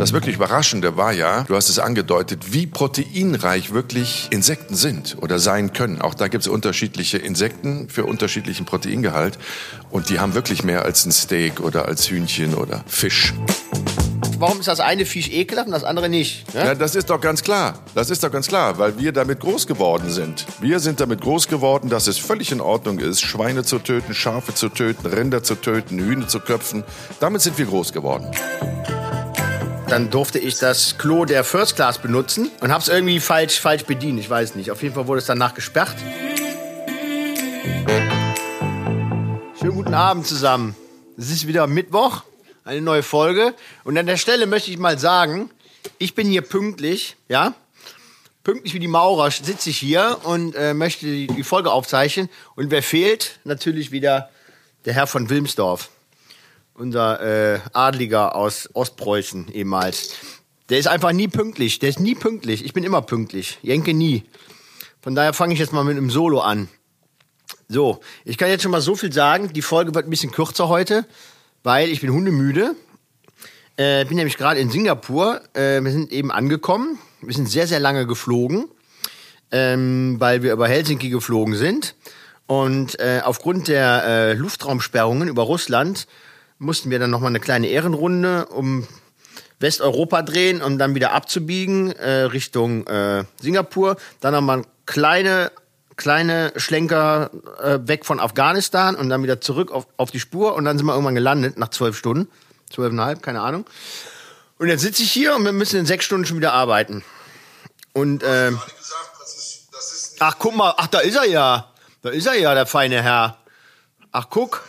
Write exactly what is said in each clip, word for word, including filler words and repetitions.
Das wirklich Überraschende war ja, du hast es angedeutet, wie proteinreich wirklich Insekten sind oder sein können. Auch da gibt es unterschiedliche Insekten für unterschiedlichen Proteingehalt. Und die haben wirklich mehr als ein Steak oder als Hühnchen oder Fisch. Warum ist das eine Fisch ekelhaft und das andere nicht? Ne? Ja, das ist doch ganz klar. Das ist doch ganz klar, weil wir damit groß geworden sind. Wir sind damit groß geworden, dass es völlig in Ordnung ist, Schweine zu töten, Schafe zu töten, Rinder zu töten, Hühner zu köpfen. Damit sind wir groß geworden. Dann durfte ich das Klo der First Class benutzen und hab's irgendwie falsch, falsch bedient. Ich weiß nicht. Auf jeden Fall wurde es danach gesperrt. Schönen guten Abend zusammen. Es ist wieder Mittwoch. Eine neue Folge. Und an der Stelle möchte ich mal sagen, ich bin hier pünktlich, ja, pünktlich wie die Maurer sitze ich hier und äh, möchte die, die Folge aufzeichnen. Und wer fehlt? Natürlich wieder der Herr von Wilmsdorf, unser äh, Adliger aus Ostpreußen ehemals. Der ist einfach nie pünktlich, der ist nie pünktlich. Ich bin immer pünktlich, Jenke nie. Von daher fange ich jetzt mal mit einem Solo an. So, ich kann jetzt schon mal so viel sagen, die Folge wird ein bisschen kürzer heute, weil ich bin hundemüde. Äh, bin nämlich gerade in Singapur. Äh, wir sind eben angekommen. Wir sind sehr, sehr lange geflogen, ähm, weil wir über Helsinki geflogen sind. Und äh, aufgrund der äh, Luftraumsperrungen über Russland mussten wir dann nochmal eine kleine Ehrenrunde um Westeuropa drehen, um dann wieder abzubiegen äh, Richtung äh, Singapur. Dann nochmal eine kleine... kleine Schlenker äh, weg von Afghanistan und dann wieder zurück auf, auf die Spur und dann sind wir irgendwann gelandet nach zwölf Stunden, zwölfeinhalb, keine Ahnung. Und jetzt sitze ich hier und wir müssen in sechs Stunden schon wieder arbeiten. Und ähm, ach guck mal, ach da ist er ja, da ist er ja, der feine Herr. Ach guck.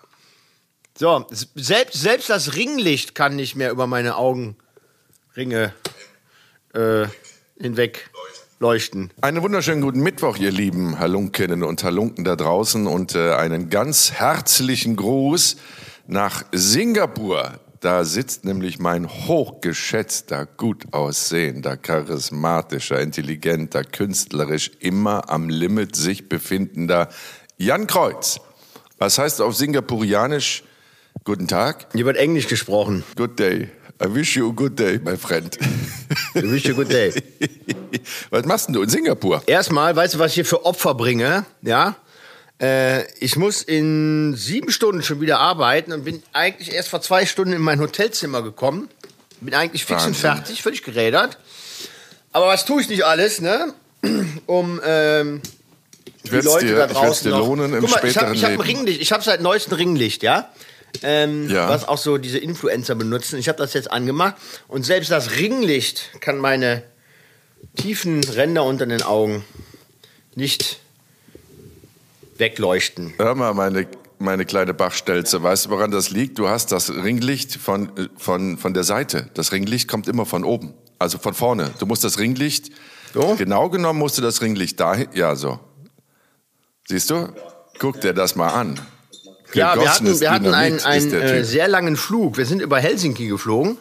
So, selbst selbst das Ringlicht kann nicht mehr über meine Augenringe äh, hinweg leuchten. Einen wunderschönen guten Mittwoch, ihr lieben Halunkinnen und Halunken da draußen und äh, einen ganz herzlichen Gruß nach Singapur. Da sitzt nämlich mein hochgeschätzter, gut aussehender, charismatischer, intelligenter, künstlerisch immer am Limit sich befindender Jan Kreuz. Was heißt auf Singapurianisch guten Tag? Hier wird Englisch gesprochen. Good day. I wish you a good day, my friend. I wish you a good day. Was machst denn du in Singapur? Erstmal, weißt du, was ich hier für Opfer bringe? Ja, äh, ich muss in sieben Stunden schon wieder arbeiten und bin eigentlich erst vor zwei Stunden in mein Hotelzimmer gekommen. Bin eigentlich fix Wahnsinn. Und fertig, völlig gerädert. Aber was tue ich nicht alles, ne? Um ähm, die Leute dir, da draußen dir noch... lohnen im Guck mal, späteren ich habe hab ein Leben. Ringlicht, ich habe seit neuestem Ringlicht, ja? Ähm, ja. Was auch so diese Influencer benutzen. Ich habe das jetzt angemacht und selbst das Ringlicht kann meine tiefen Ränder unter den Augen nicht wegleuchten. Hör mal, meine, meine kleine Bachstelze, weißt du, woran das liegt? Du hast das Ringlicht von, von, von der Seite. Das Ringlicht kommt immer von oben, also von vorne. Du musst das Ringlicht, so? Genau genommen musst du das Ringlicht dahin, ja so. Siehst du? Guck dir das mal an. Ja, wir hatten, wir hatten einen, einen äh, sehr langen Flug. Wir sind über Helsinki geflogen.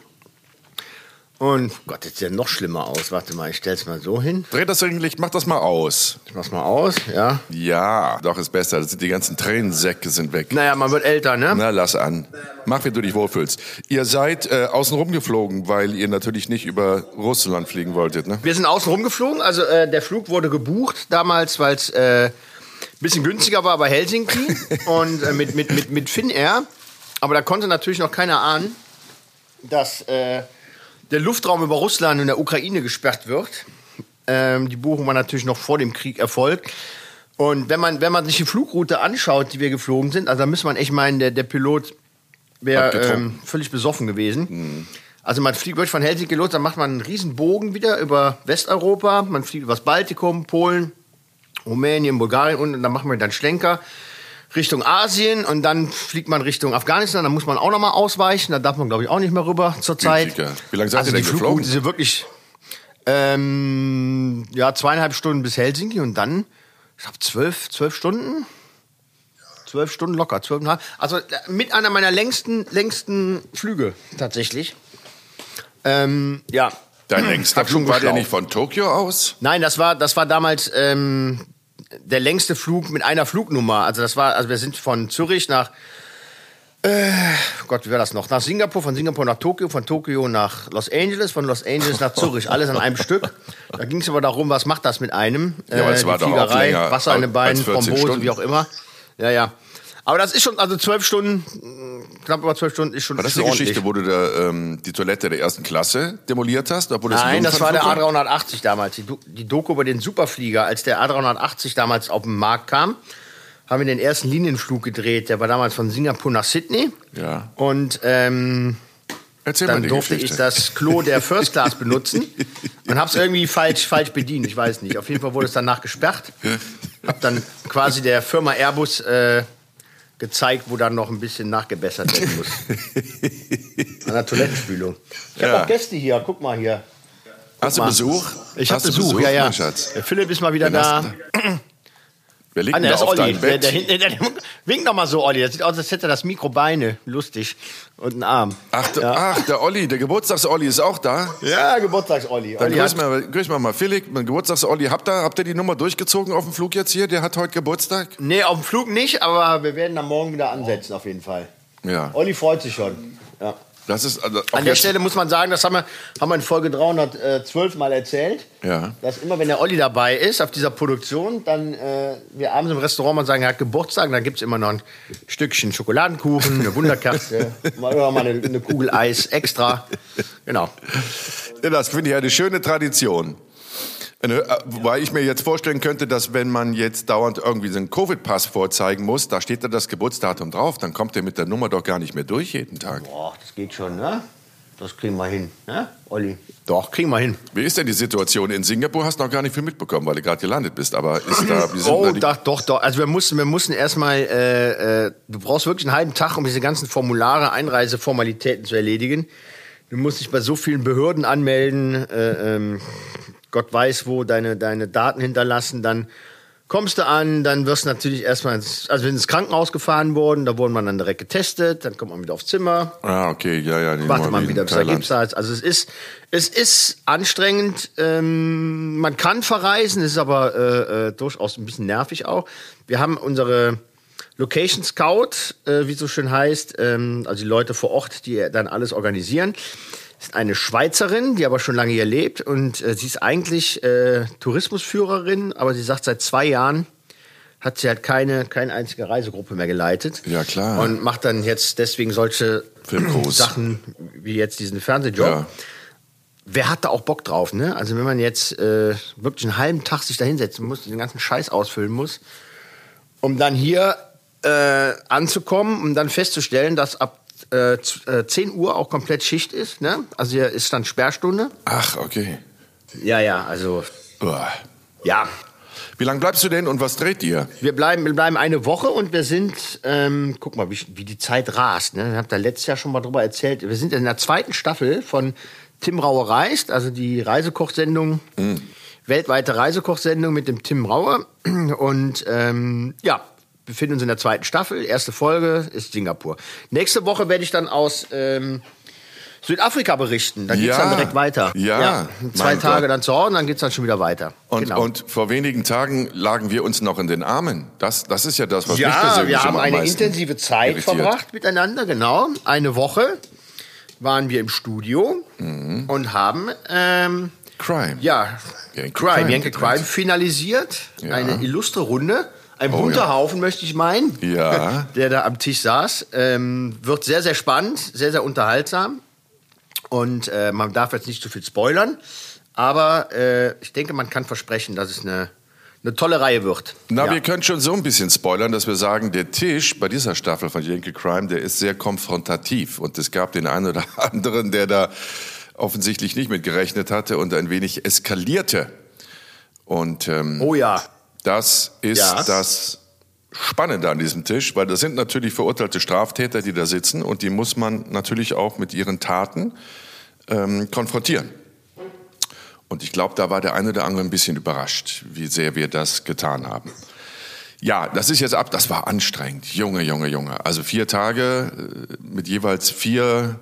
Und Gott, jetzt sieht ja noch schlimmer aus. Warte mal, ich stell's mal so hin. Dreh das Ringlicht, mach das mal aus. Ich mach's mal aus, ja. Ja, doch ist besser. Das sind die ganzen Tränensäcke sind weg. Naja, man wird älter, ne? Na, lass an. Mach, wie du dich wohlfühlst. Ihr seid äh, außen rum geflogen, weil ihr natürlich nicht über Russland fliegen wolltet, ne? Wir sind außen rum geflogen. Also äh, der Flug wurde gebucht damals, weil es äh, ein bisschen günstiger war bei Helsinki und äh, mit, mit, mit, mit Finnair. Aber da konnte natürlich noch keiner ahnen, dass äh, der Luftraum über Russland und der Ukraine gesperrt wird. Ähm, die Buchung war natürlich noch vor dem Krieg erfolgt. Und wenn man, wenn man sich die Flugroute anschaut, die wir geflogen sind, also da müsste man echt meinen, der, der Pilot wäre ähm, völlig besoffen gewesen. Mhm. Also man fliegt wirklich von Helsinki los, dann macht man einen riesen Bogen wieder über Westeuropa. Man fliegt über das Baltikum, Polen, Rumänien, Bulgarien und dann machen wir dann Schlenker Richtung Asien und dann fliegt man Richtung Afghanistan. Da muss man auch nochmal ausweichen. Da darf man, glaube ich, auch nicht mehr rüber zur Zeit. Wie lange seid also ihr denn die geflogen? Flugroute ist wirklich ähm, ja, zweieinhalb Stunden bis Helsinki und dann, ich glaube, zwölf, zwölf Stunden. Zwölf Stunden locker, zwölfeinhalb. Also mit einer meiner längsten, längsten Flüge tatsächlich. Ähm, ja. Dein längster Flug war der nicht von Tokio aus? Nein, das war, das war damals ähm, der längste Flug mit einer Flugnummer. Also das war, also wir sind von Zürich nach äh, Gott, wie war das noch? Nach Singapur, von Singapur nach Tokio, von Tokio nach Los Angeles, von Los Angeles nach Zürich, alles an einem Stück. Da ging es aber darum, was macht das mit einem? Ja, aber es äh, war die doch auch Fliegerei, länger Wasser in den Beinen, als vierzehn Thrombose, Stunden. wie auch immer. Ja, ja. Aber das ist schon, also zwölf Stunden, knapp über zwölf Stunden ist schon War das ist die schon Geschichte, wo du da, ähm, die Toilette der ersten Klasse demoliert hast? Obwohl das Nein, ein das war der A Jungfernflug dreihundertachtzig damals. Die, Do die Doku über den Superflieger. Als der A dreihundertachtzig damals auf den Markt kam, haben wir den ersten Linienflug gedreht. Der war damals von Singapur nach Sydney. Ja. Und ähm, Erzähl mal dann die durfte Geschichte. ich das Klo der First Class benutzen und habe es irgendwie falsch, falsch bedient. Ich weiß nicht. Auf jeden Fall wurde es danach gesperrt. Hab dann quasi der Firma Airbus äh, gezeigt, wo dann noch ein bisschen nachgebessert werden muss. An der Toilettenspülung. Ich habe Ja. auch Gäste hier. Guck mal hier. Hast du mal. Besuch? Ich habe Hast du Besuch, ja, ja. mein Schatz? Der Philipp ist mal wieder Wen da. hast du Wer liegt Ah, ne, denn das da ist auf Olli. deinem Der, Bett? der, hinten- der, der, wink noch mal so, Olli. Das sieht aus, als hätte er das Mikro Beine. Lustig. Und einen Arm. Ach, der, ja. ach, der Olli, der Geburtstags-Olli ist auch da. Ja, Geburtstags-Olli. Dann Olli grüß hat, mal, grüß mal mal Philipp, mein Geburtstags-Olli. Habt ihr, habt ihr die Nummer durchgezogen auf dem Flug jetzt hier? Der hat heute Geburtstag? nee, auf dem Flug nicht, aber wir werden dann morgen wieder ansetzen, auf jeden Fall. Ja. Olli freut sich schon. Ja. Das ist also auch An der jetzt- Stelle muss man sagen, das haben wir, haben wir in Folge dreihundertzwölf mal erzählt, Ja. dass immer, wenn der Olli dabei ist auf dieser Produktion, dann äh, wir abends im Restaurant mal sagen, er hat Geburtstag, dann gibt es immer noch ein Stückchen Schokoladenkuchen, eine Wunderkerze, mal, oder mal eine, eine Kugel Eis extra. Genau. Ja, das finde ich eine schöne Tradition. Eine, äh, wobei ich mir jetzt vorstellen könnte, dass wenn man jetzt dauernd irgendwie so einen Covid-Pass vorzeigen muss, da steht da das Geburtsdatum drauf, dann kommt der mit der Nummer doch gar nicht mehr durch jeden Tag. Boah, das geht schon, ne? Das kriegen wir hin, ne, Olli? Doch, kriegen wir hin. Wie ist denn die Situation in Singapur? Hast du noch gar nicht viel mitbekommen, weil du gerade gelandet bist. Aber ist da, wie sind Oh, da die, doch, doch, doch. Also wir mussten, wir mussten erstmal, äh, äh, du brauchst wirklich einen halben Tag, um diese ganzen Formulare, Einreiseformalitäten zu erledigen. Du musst dich bei so vielen Behörden anmelden, äh, ähm, Gott weiß wo, deine, deine Daten hinterlassen, dann kommst du an, dann wirst du natürlich erstmal ins, also wir sind ins Krankenhaus gefahren worden, da wurden wir dann direkt getestet, dann kommt man wieder aufs Zimmer, Ah, okay, ja, ja. die wartet Nummer man wie wieder, in bis Ergebnis Thailand. da ist. Also es ist, es ist anstrengend. Ähm, man kann verreisen, es ist aber äh, äh, durchaus ein bisschen nervig auch. Wir haben unsere Location Scout, äh, wie es so schön heißt, ähm, also die Leute vor Ort, die dann alles organisieren. Ist eine Schweizerin, die aber schon lange hier lebt und äh, sie ist eigentlich äh, Tourismusführerin, aber sie sagt, seit zwei Jahren hat sie halt keine, keine einzige Reisegruppe mehr geleitet. Ja, klar. Und macht dann jetzt deswegen solche Filmcrews. Sachen wie jetzt diesen Fernsehjob. Ja. Wer hat da auch Bock drauf, ne? Also wenn man jetzt äh, wirklich einen halben Tag sich da hinsetzen muss, den ganzen Scheiß ausfüllen muss, um dann hier äh, anzukommen, um dann festzustellen, dass ab äh, z- äh, zehn Uhr auch komplett Schicht ist, ne? Also hier ist dann Sperrstunde. Ach, okay. Ja, ja, also Uah. ja. Wie lange bleibst du denn und was dreht ihr? Wir bleiben, wir bleiben eine Woche und wir sind, ähm, guck mal, wie, wie die Zeit rast. Ne? Ich habe da letztes Jahr schon mal drüber erzählt. Wir sind in der zweiten Staffel von Tim Raue reist, also die Reisekochsendung, Mhm. weltweite Reisekochsendung mit dem Tim Raue. Und ähm, ja, wir befinden uns in der zweiten Staffel. Erste Folge ist Singapur. Nächste Woche werde ich dann aus ähm, Südafrika berichten. Da geht's Ja, dann direkt weiter. ja, Zwei mein Tage Gott. dann zu Hause und dann geht's dann schon wieder weiter. Und, Genau. und vor wenigen Tagen lagen wir uns noch in den Armen. Das, das ist ja das, was mich Ja, persönlich wir haben immer am eine meisten intensive Zeit irritiert. verbracht miteinander, genau. Eine Woche waren wir im Studio und haben ähm, Crime. ja, Yankee Crime, Crime Yankee gedreht. Crime finalisiert. Ja. Eine illustre Runde. Ein Oh, bunter ja. Haufen, möchte ich meinen, Ja. der da am Tisch saß. Ähm, wird sehr, sehr spannend, sehr, sehr unterhaltsam. Und äh, man darf jetzt nicht zu viel spoilern. Aber äh, ich denke, man kann versprechen, dass es eine, eine tolle Reihe wird. Na, ja. wir können schon so ein bisschen spoilern, dass wir sagen, der Tisch bei dieser Staffel von Yankee Crime, der ist sehr konfrontativ. Und es gab den einen oder anderen, der da offensichtlich nicht mit gerechnet hatte und ein wenig eskalierte. Und ähm, Oh ja. das ist Ja. das Spannende an diesem Tisch, weil das sind natürlich verurteilte Straftäter, die da sitzen und die muss man natürlich auch mit ihren Taten ähm, konfrontieren. Und ich glaube, da war der eine oder andere ein bisschen überrascht, wie sehr wir das getan haben. Ja, das ist jetzt ab, das war anstrengend. Junge, Junge, Junge. Also vier Tage äh, mit jeweils vier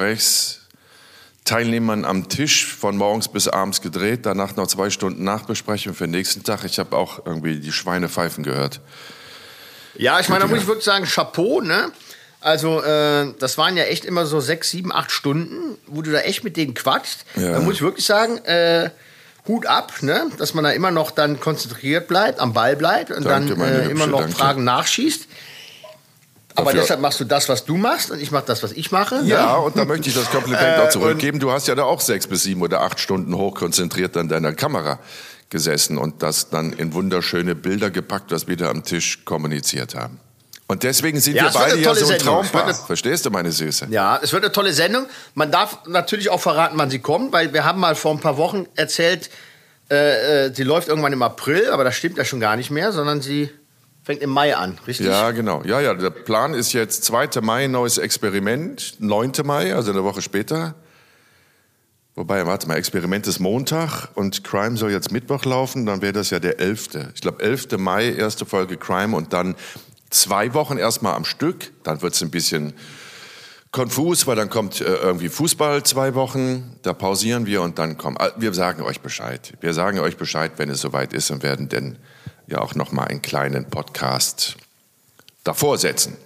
Gesprächsteilnehmern am Tisch, von morgens bis abends gedreht, danach noch zwei Stunden Nachbesprechung für den nächsten Tag. Ich habe auch irgendwie die Schweine pfeifen gehört. Ja, ich meine, da muss ich wirklich sagen, Chapeau, ne? Also, äh, das waren ja echt immer so sechs, sieben, acht Stunden, wo du da echt mit denen quatscht. Ja. Da muss ich wirklich sagen, äh, Hut ab, ne? Dass man da immer noch dann konzentriert bleibt, am Ball bleibt und Danke, dann meine äh, Hübsche, immer noch danke. Fragen nachschießt. Aber Dafür- deshalb machst du das, was du machst und ich mach das, was ich mache. Ja, ne? und da möchte ich das Kompliment auch zurückgeben. Du hast ja da auch sechs bis sieben oder acht Stunden hochkonzentriert an deiner Kamera gesessen und das dann in wunderschöne Bilder gepackt, was wir da am Tisch kommuniziert haben. Und deswegen sind Ja, wir es wird beide eine ja tolle so ein Sendung. Es wird Traumpaar. eine- Verstehst du, meine Süße? Ja, es wird eine tolle Sendung. Man darf natürlich auch verraten, wann sie kommt, weil wir haben mal vor ein paar Wochen erzählt, äh, äh, sie läuft irgendwann im April, aber das stimmt ja schon gar nicht mehr, sondern sie fängt im Mai an, richtig? Ja, genau. Ja, ja, der Plan ist jetzt zweiter Mai, neues Experiment, neunter Mai, also eine Woche später. Wobei, warte mal, Experiment ist Montag und Crime soll jetzt Mittwoch laufen, dann wäre das ja der elfte. Ich glaube, elfter Mai, erste Folge Crime und dann zwei Wochen erstmal am Stück. Dann wird es ein bisschen konfus, weil dann kommt äh, irgendwie Fußball zwei Wochen, da pausieren wir und dann kommen. Wir sagen euch Bescheid. Wir sagen euch Bescheid, wenn es soweit ist und werden dann ja auch nochmal einen kleinen Podcast davor setzen.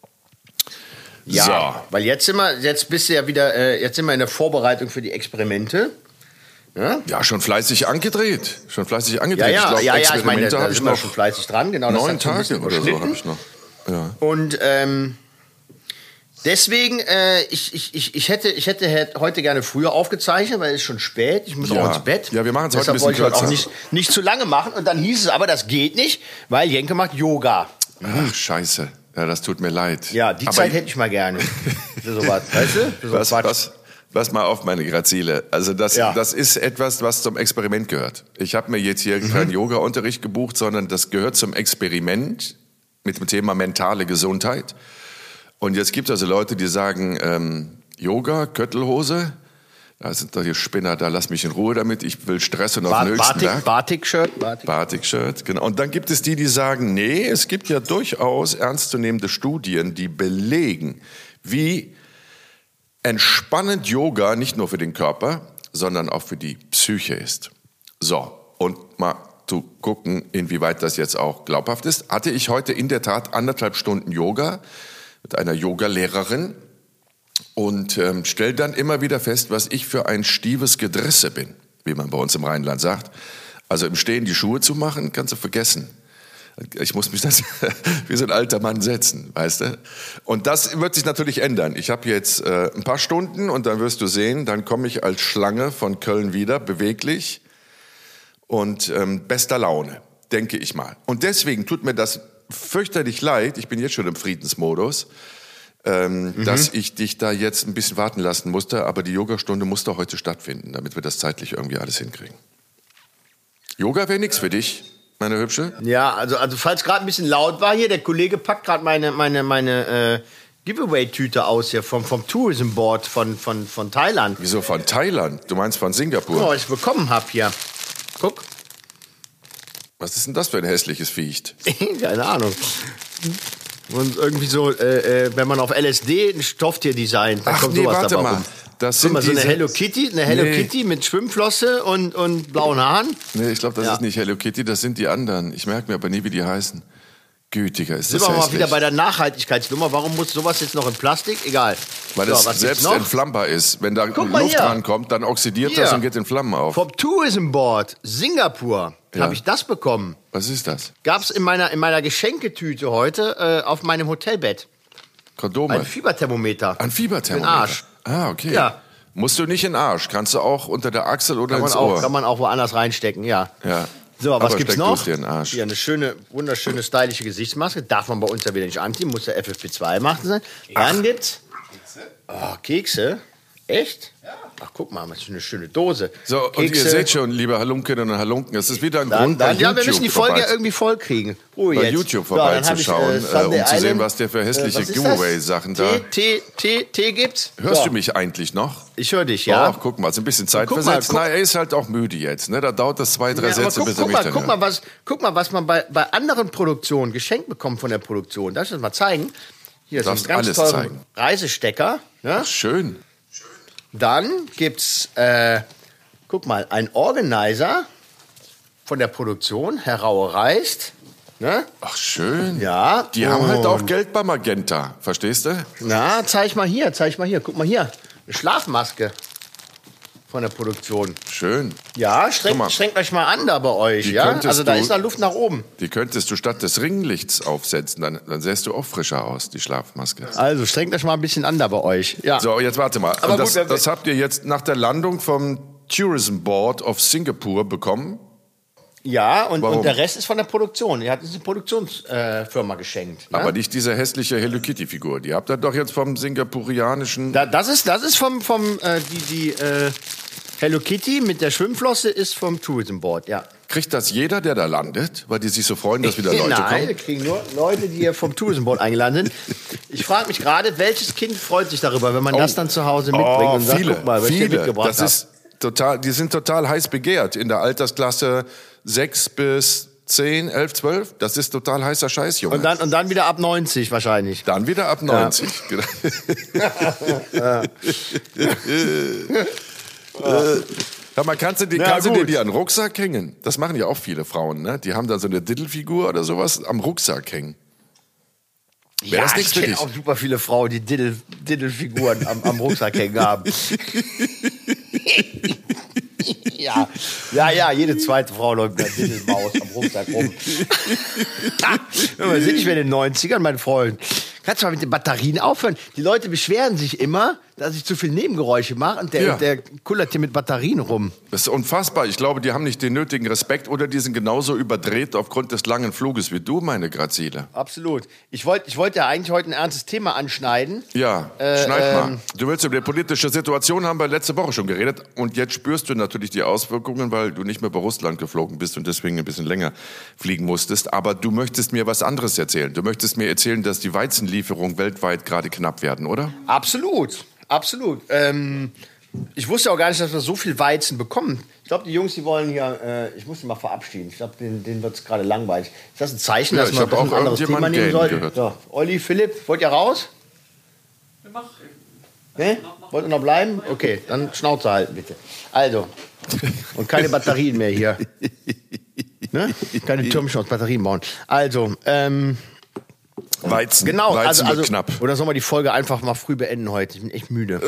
Ja, So. weil jetzt sind wir, jetzt bist du ja wieder, äh, jetzt sind wir in der Vorbereitung für die Experimente. Ja, Ja, schon fleißig angedreht. Schon fleißig ja, angedreht. ja, ich glaube, ja, ja, ich meine, Experimente da habe ich sind wir noch schon fleißig dran. Genau, das neun hat so ein bisschen Tage oder so überschnitten. habe ich noch. Ja. Und ähm, deswegen, äh, ich, ich, ich, ich, hätte, ich hätte hätte heute gerne früher aufgezeichnet, weil es ist schon spät. Ich muss Ja. auch ins Bett. Ja, wir machen es heute ein Deshalb bisschen wollte ich heute auch kürzer. nicht, nicht zu lange machen. Und dann hieß es aber, das geht nicht, weil Jenke macht Yoga. Ach, scheiße. Ja, das tut mir leid. Ja, die Aber Zeit hätte ich mal gerne. Für sowas, weißt du? Für so was, Quatsch. was, was mal auf, meine Grazile. Also das, Ja. das ist etwas, was zum Experiment gehört. Ich habe mir jetzt hier Mhm. keinen Yoga-Unterricht gebucht, sondern das gehört zum Experiment mit dem Thema mentale Gesundheit. Und jetzt gibt es also Leute, die sagen, ähm, Yoga, Köttelhose, da sind doch die Spinner, da lass mich in Ruhe damit, ich will Stress und auf Ba- den höchsten Batik, Berg. Batik-Shirt. Batik. Batik-Shirt, genau. Und dann gibt es die, die sagen, nee, es gibt ja durchaus ernstzunehmende Studien, die belegen, wie entspannend Yoga nicht nur für den Körper, sondern auch für die Psyche ist. So, und mal zu gucken, inwieweit das jetzt auch glaubhaft ist, hatte ich heute in der Tat anderthalb Stunden Yoga mit einer Yogalehrerin und ähm, stelle dann immer wieder fest, was ich für ein stiefes Gedrisse bin, wie man bei uns im Rheinland sagt. Also im Stehen die Schuhe zu machen, kannst du vergessen. Ich muss mich das wie so ein alter Mann setzen, weißt du? Und das wird sich natürlich ändern. Ich habe jetzt äh, ein paar Stunden und dann wirst du sehen, dann komme ich als Schlange von Köln wieder, beweglich und ähm, bester Laune, denke ich mal. Und deswegen tut mir das fürchterlich leid, ich bin jetzt schon im Friedensmodus, ähm, mhm. dass ich dich da jetzt ein bisschen warten lassen musste, aber die Yogastunde musste heute stattfinden, damit wir das zeitlich irgendwie alles hinkriegen. Yoga wäre nichts für dich, meine Hübsche? Ja, also, also falls gerade ein bisschen laut war hier, der Kollege packt gerade meine, meine, meine äh, Giveaway-Tüte aus hier vom, vom Tourism Board von, von, von Thailand. Wieso von Thailand? Du meinst von Singapur? Guck mal, was ich bekommen habe hier. Guck. Was ist denn das für ein hässliches Viech? Keine Ahnung. Und irgendwie so, äh, äh, wenn man auf L S D ein Stofftier designt, dann Ach kommt nee, sowas warte dabei mal. rum. Das Guck sind mal, so eine diese- Hello Kitty, eine Hello Nee. Kitty mit Schwimmflosse und, und blauen Haaren. Nee, ich glaube, das Ja. ist nicht Hello Kitty, das sind die anderen. Ich merke mir aber nie, wie die heißen. Gütiger, ist Sind das wir mal hässlich. wieder bei der Nachhaltigkeitsnummer. Warum muss sowas jetzt noch in Plastik? Egal. Weil So, es was selbst gibt's noch? entflammbar ist. Wenn da Guck mal Luft hier. rankommt, dann oxidiert Hier. das und geht in Flammen auf. Vom Tourism Board Singapur Ja. habe ich das bekommen. Was ist das? Gab es in meiner, in meiner Geschenketüte heute äh, auf meinem Hotelbett. Kondome. Ein Fieberthermometer. Ein Fieberthermometer. Für den Arsch. Ah, okay. Ja. Musst du nicht in den Arsch. Kannst du auch unter der Achsel oder Kann man, ins auch, Ohr. kann man auch woanders reinstecken, ja. Ja. So, was Aber gibt's steck noch? du's dir in den Arsch. Hier eine schöne, wunderschöne, stylische Gesichtsmaske. Darf man bei uns ja wieder nicht anziehen, muss ja F F P zwei machen sein. Dann gibt's oh, Kekse. Echt? Ja. Ach, guck mal, was für eine schöne Dose. So, und Kekse. ihr seht schon, liebe Halunkinnen und Halunken, es ist wieder ein Dann, Grund, bei dann, ja, wir YouTube müssen die Folge ja vorbei- irgendwie voll kriegen. Ruhe bei jetzt. YouTube So, dann hab ich, vorbeizuschauen, äh, äh, Sunday um zu sehen, Island. was der für hässliche Äh, was ist Giveaway-Sachen das? da... Tee, Tee, Tee, Tee gibt's? Hörst So. du mich eigentlich noch? Ich höre dich, ja. Ach, guck mal, so ein bisschen Zeit Guck mal, versetzt. guck- Na, er ist halt auch müde jetzt. Ne? Da dauert das zwei, drei Ja, aber Sätze, guck, bis er guck, mich mal, dann guck, hört. mal, was, guck mal, was man bei, bei anderen Produktionen geschenkt bekommt von der Produktion. Darf ich das mal zeigen? Hier ist ein Darfst ganz alles teurer zeigen. Reisestecker. Ne? Schön. Dann gibt's, äh, guck mal, ein Organizer von der Produktion, Herr Raue Reist. Ne? Ach, schön. Ja. Die haben halt auch und- Geld bei Magenta, verstehst du? Na, zeig mal hier, zeig mal hier. Guck mal hier. Eine Schlafmaske von der Produktion. Schön. Ja, Guck mal. strengt, strengt euch mal an da bei euch. Die Ja? könntest Also da du- ist da Luft nach oben. Die könntest du statt des Ringlichts aufsetzen, dann, dann sähst du auch frischer aus, die Schlafmaske. Also strengt euch mal ein bisschen an da bei euch. Ja. So, jetzt warte mal. Aber Und das, gut, wenn wir- das habt ihr jetzt nach der Landung vom Tourism Board of Singapore bekommen? Ja, und, Warum? und der Rest ist von der Produktion. Ihr habt uns eine Produktionsfirma äh, Firma geschenkt. Ne? Aber nicht diese hässliche Hello Kitty-Figur. Die habt ihr doch jetzt vom singapurianischen... Da, das ist, das ist vom, vom äh, die, die äh, Hello Kitty mit der Schwimmflosse ist vom Tourism Board, ja. Kriegt das jeder, der da landet? Weil die sich so freuen, dass wieder Leute Nein, wir kommen? kriegen nur Leute, die hier vom Tourism Board eingeladen sind. Ich frage mich gerade, welches Kind freut sich darüber, wenn man das dann zu Hause mitbringt Oh, und sagt, viele, guck mal, was ich hier viele. mitgebracht Das habe. ist total, die sind total heiß begehrt in der Altersklasse sechs bis zehn, elf, zwölf. Das ist total heißer Scheiß, Junge. Und dann, und dann wieder ab neunzig wahrscheinlich. Dann wieder ab neunzig. Äh, Sag mal, kannst du, die, Ja, kannst du dir gut. die an den Rucksack hängen? Das machen ja auch viele Frauen, ne? Die haben da so eine Diddle-Figur oder sowas am Rucksack hängen. Wäre Ja, das ich nichts für kenne dich? auch super viele Frauen, die Diddle, Diddle-Figuren am, am Rucksack hängen haben. Ja, ja, ja, jede zweite Frau läuft mit einer Diddle-Maus am Rucksack rum. Wir sind nicht mehr in den neunzigern, mein Freund. Kannst du mal mit den Batterien aufhören? Die Leute beschweren sich immer, dass ich zu viel Nebengeräusche mache und der, Ja. der kullert hier mit Batterien rum. Das ist unfassbar. Ich glaube, die haben nicht den nötigen Respekt oder die sind genauso überdreht aufgrund des langen Fluges wie du, meine Grazile. Absolut. Ich wollte ich wollt ja eigentlich heute ein ernstes Thema anschneiden. Ja, Äh, schneid ähm, mal. Du willst über die politische Situation, haben wir letzte Woche schon geredet. Und jetzt spürst du natürlich die Auswirkungen, weil du nicht mehr bei Russland geflogen bist und deswegen ein bisschen länger fliegen musstest. Aber du möchtest mir was anderes erzählen. Du möchtest mir erzählen, dass die Weizenlieferungen weltweit gerade knapp werden, oder? Absolut, absolut. Ähm, ich wusste auch gar nicht, dass wir so viel Weizen bekommen. Ich glaube, die Jungs, die wollen hier, äh, ich muss sie mal verabschieden. Ich glaube, denen, denen wird es gerade langweilig. Ist das ein Zeichen, Ja, dass ich man hab doch auch ein anderes Thema irgendjemanden nehmen gähnen sollte? gehört. So, Olli, Philipp, wollt ihr raus? Ne? Wollt ihr noch bleiben? Okay, dann Schnauze halten, bitte. Also, und keine Batterien mehr hier. Ne? Keine Türmchen aus Batterien bauen. Also, ähm, Weizen. genau. Weizen also, wird also, knapp. Oder sollen wir die Folge einfach mal früh beenden heute? Ich bin echt müde.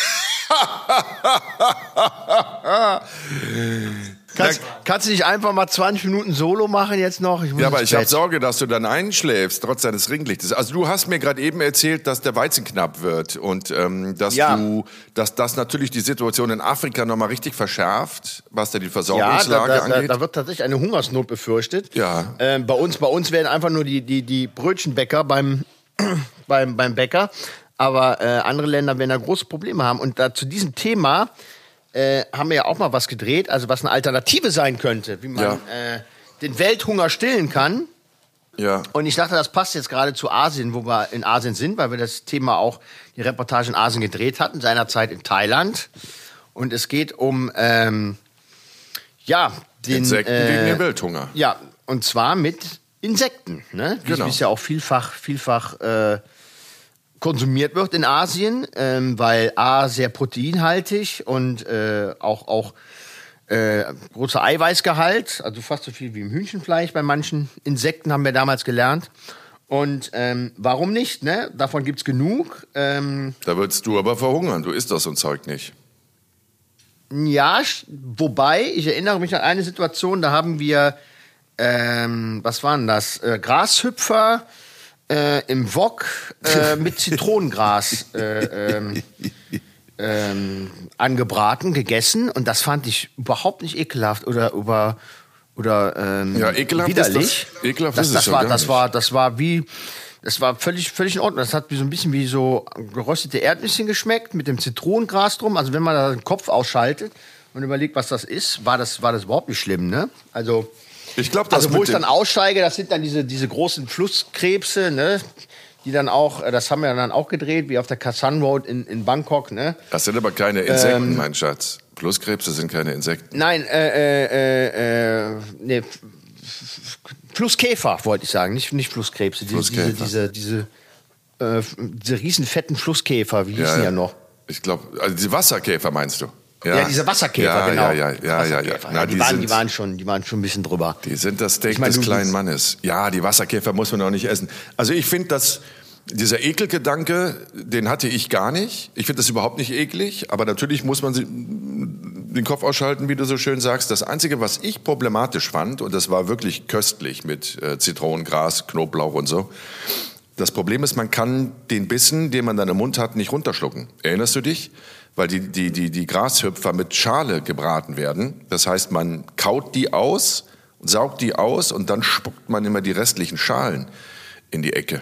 Kannst, kannst du nicht einfach mal zwanzig Minuten Solo machen jetzt noch? Ich muss Ja, aber ins ich habe Bett. Sorge, dass du dann einschläfst, trotz deines Ringlichtes. Also du hast mir gerade eben erzählt, dass der Weizen knapp wird und ähm, dass Ja. du, dass das natürlich die Situation in Afrika nochmal richtig verschärft, was da die Ja, da, Versorgungslage da, da, angeht. da wird tatsächlich eine Hungersnot befürchtet. Ja. Ähm, bei uns, bei uns werden einfach nur die, die, die Brötchenbäcker beim, beim, beim Bäcker. Aber äh, andere Länder werden da große Probleme haben. Und da zu diesem Thema äh, haben wir ja auch mal was gedreht, also was eine Alternative sein könnte, wie man Ja. äh, den Welthunger stillen kann. Ja. Und ich dachte, das passt jetzt gerade zu Asien, wo wir in Asien sind, weil wir das Thema auch, die Reportage in Asien gedreht hatten, seinerzeit in Thailand. Und es geht um, ähm, ja, den, Insekten äh, gegen den Welthunger. Ja, und zwar mit Insekten, ne? Wie Genau. es ja auch vielfach, vielfach äh, konsumiert wird in Asien, ähm, weil A, sehr proteinhaltig und äh, auch, auch äh, großer Eiweißgehalt, also fast so viel wie im Hühnchenfleisch bei manchen Insekten, haben wir damals gelernt. Und ähm, warum nicht, ne? Davon gibt's genug. Ähm, Da würdest du aber verhungern. Du isst das so ein Zeug nicht. Ja, sch- wobei, ich erinnere mich an eine Situation, da haben wir, ähm, was waren das, äh, Grashüpfer äh, im Wok äh, mit Zitronengras äh, ähm, ähm, angebraten, gegessen und das fand ich überhaupt nicht ekelhaft oder über oder ähm, Ja, ekelhaft ist widerlich. das- ekelhaft das, ist es das ja war, gar das nicht. war, das war wie Das war völlig, völlig in Ordnung. Das hat wie so ein bisschen wie so geröstete Erdnüsschen geschmeckt mit dem Zitronengras drum. Also wenn man da den Kopf ausschaltet und überlegt, was das ist, war das, war das überhaupt nicht schlimm, ne? Also, Ich glaube, das also wo mit ich dem- dann aussteige, das sind dann diese, diese großen Flusskrebse, ne? Die dann auch, äh, das haben wir dann auch gedreht, wie auf der Kassan Road in, in Bangkok, ne? Das sind aber keine Insekten, Ähm, mein Schatz. Pluskrebse sind keine Insekten. Nein, äh, äh, äh, nee, F- F- Flusskäfer wollte ich sagen, nicht, nicht Flusskrebse. Die, Flusskäfer. Diese, diese, diese, äh, diese riesen fetten Flusskäfer, wie hießen Ja, die ja ja. noch? Ich glaube, also die Wasserkäfer meinst du? Ja, diese Wasserkäfer, ja, genau. Ja, ja, ja, ja, ja. Na, Na, die, die, waren, sind, die, waren schon, die waren schon ein bisschen drüber. Die sind das Steak Ich mein, des du kleinen willst- Mannes. Ja, die Wasserkäfer muss man auch nicht essen. Also ich finde, dass dieser Ekelgedanke, den hatte ich gar nicht. Ich finde das überhaupt nicht eklig, aber natürlich muss man sie- den Kopf ausschalten, wie du so schön sagst. Das Einzige, was ich problematisch fand, und das war wirklich köstlich mit äh, Zitronengras, Knoblauch und so, das Problem ist, man kann den Bissen, den man dann im Mund hat, nicht runterschlucken. Erinnerst du dich? Weil die, die, die, die Grashüpfer mit Schale gebraten werden. Das heißt, man kaut die aus, saugt die aus und dann spuckt man immer die restlichen Schalen in die Ecke.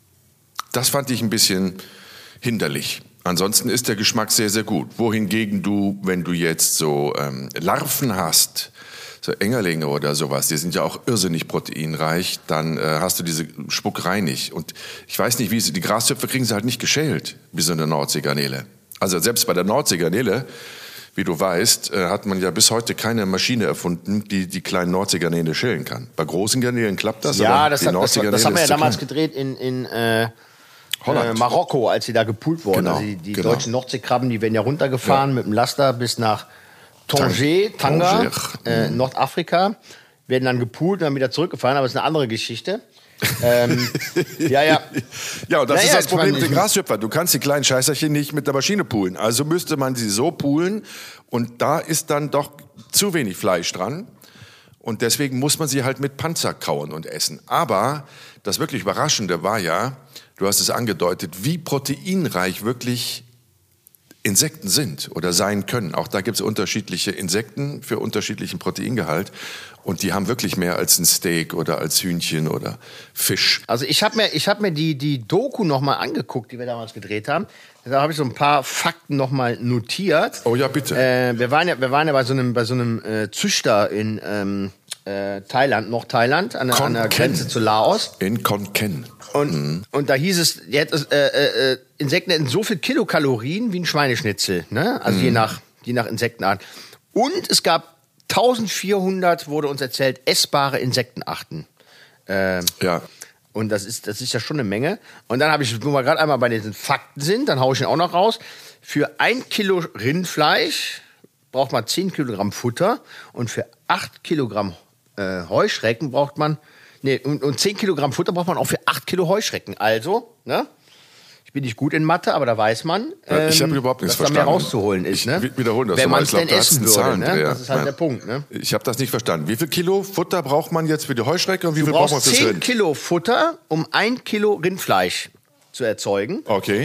Das fand ich ein bisschen hinderlich. Ansonsten ist der Geschmack sehr, sehr gut. Wohingegen du, wenn du jetzt so ähm, Larven hast, so Engerlinge oder sowas, die sind ja auch irrsinnig proteinreich, dann äh, hast du diese Spuckerei nicht. Und ich weiß nicht, wie sie, die Grashüpfer kriegen sie halt nicht geschält, wie so eine Nordseegarnele. Also selbst bei der Nordseegarnele, wie du weißt, äh, hat man ja bis heute keine Maschine erfunden, die die kleinen Nordseegarnelen schälen kann. Bei großen Garnelen klappt das, Ja, aber das, die hat, das, Nordseegarnele das haben wir ja ist zu damals klein. gedreht in, in äh, Holland. äh, Marokko, als sie da gepult wurden. Genau, Also die die genau. deutschen Nordseekrabben, die werden ja runtergefahren Ja. mit dem Laster bis nach Tanger, Tanga, Tanger. äh, Nordafrika, werden dann gepult und dann wieder zurückgefahren, aber das ist eine andere Geschichte. ähm, ja, ja. Ja, und das Naja, ist das ich Problem meine, mit den ich- Grashüpfern. Du kannst die kleinen Scheißerchen nicht mit der Maschine poolen. Also müsste man sie so poolen und da ist dann doch zu wenig Fleisch dran. Und deswegen muss man sie halt mit Panzer kauen und essen. Aber das wirklich Überraschende war ja, du hast es angedeutet, wie proteinreich wirklich Insekten sind oder sein können. Auch da gibt es unterschiedliche Insekten für unterschiedlichen Proteingehalt. Und die haben wirklich mehr als ein Steak oder als Hühnchen oder Fisch. Also ich habe mir, ich hab mir die, die Doku nochmal angeguckt, die wir damals gedreht haben. Da habe ich so ein paar Fakten nochmal notiert. Oh ja, bitte. Äh, wir, waren ja, wir waren ja bei so einem, bei so einem äh, Züchter in ähm, äh, Thailand, Nord-Thailand, an, der- an der Khon Grenze Kaen. zu Laos. In Khon Kaen. Und, und da hieß es, die hätte, äh, äh, Insekten hätten so viel Kilokalorien wie ein Schweineschnitzel, ne? Also je nach, je nach Insektenart. Und es gab eintausendvierhundert, wurde uns erzählt, essbare Insektenarten. Äh, Ja. und das ist, das ist ja schon eine Menge. Und dann habe ich, wo wir gerade einmal bei diesen Fakten sind, dann haue ich ihn auch noch raus. Für ein Kilo Rindfleisch braucht man zehn Kilogramm Futter und für acht Kilogramm äh, Heuschrecken braucht man, nee, und, und zehn Kilogramm Futter braucht man auch für acht Kilo Heuschrecken. Also, ne? Ich bin nicht gut in Mathe, aber da weiß man, Ja, ich ähm, habe überhaupt nichts dass da verstanden. mehr rauszuholen ist. Ich Ne? wi- wiederhole das Wenn nochmal. man Ich es glaub, denn da hat's essen einen würde. Ne? Zahlendreher. Das ist halt Ja. der Punkt. Ne? Ich habe das nicht verstanden. Wie viel Kilo Futter braucht man jetzt für die Heuschrecke und wie Du viel braucht man brauchst fürs zehn Rind? Kilo Futter, um ein Kilo Rindfleisch zu erzeugen. Okay.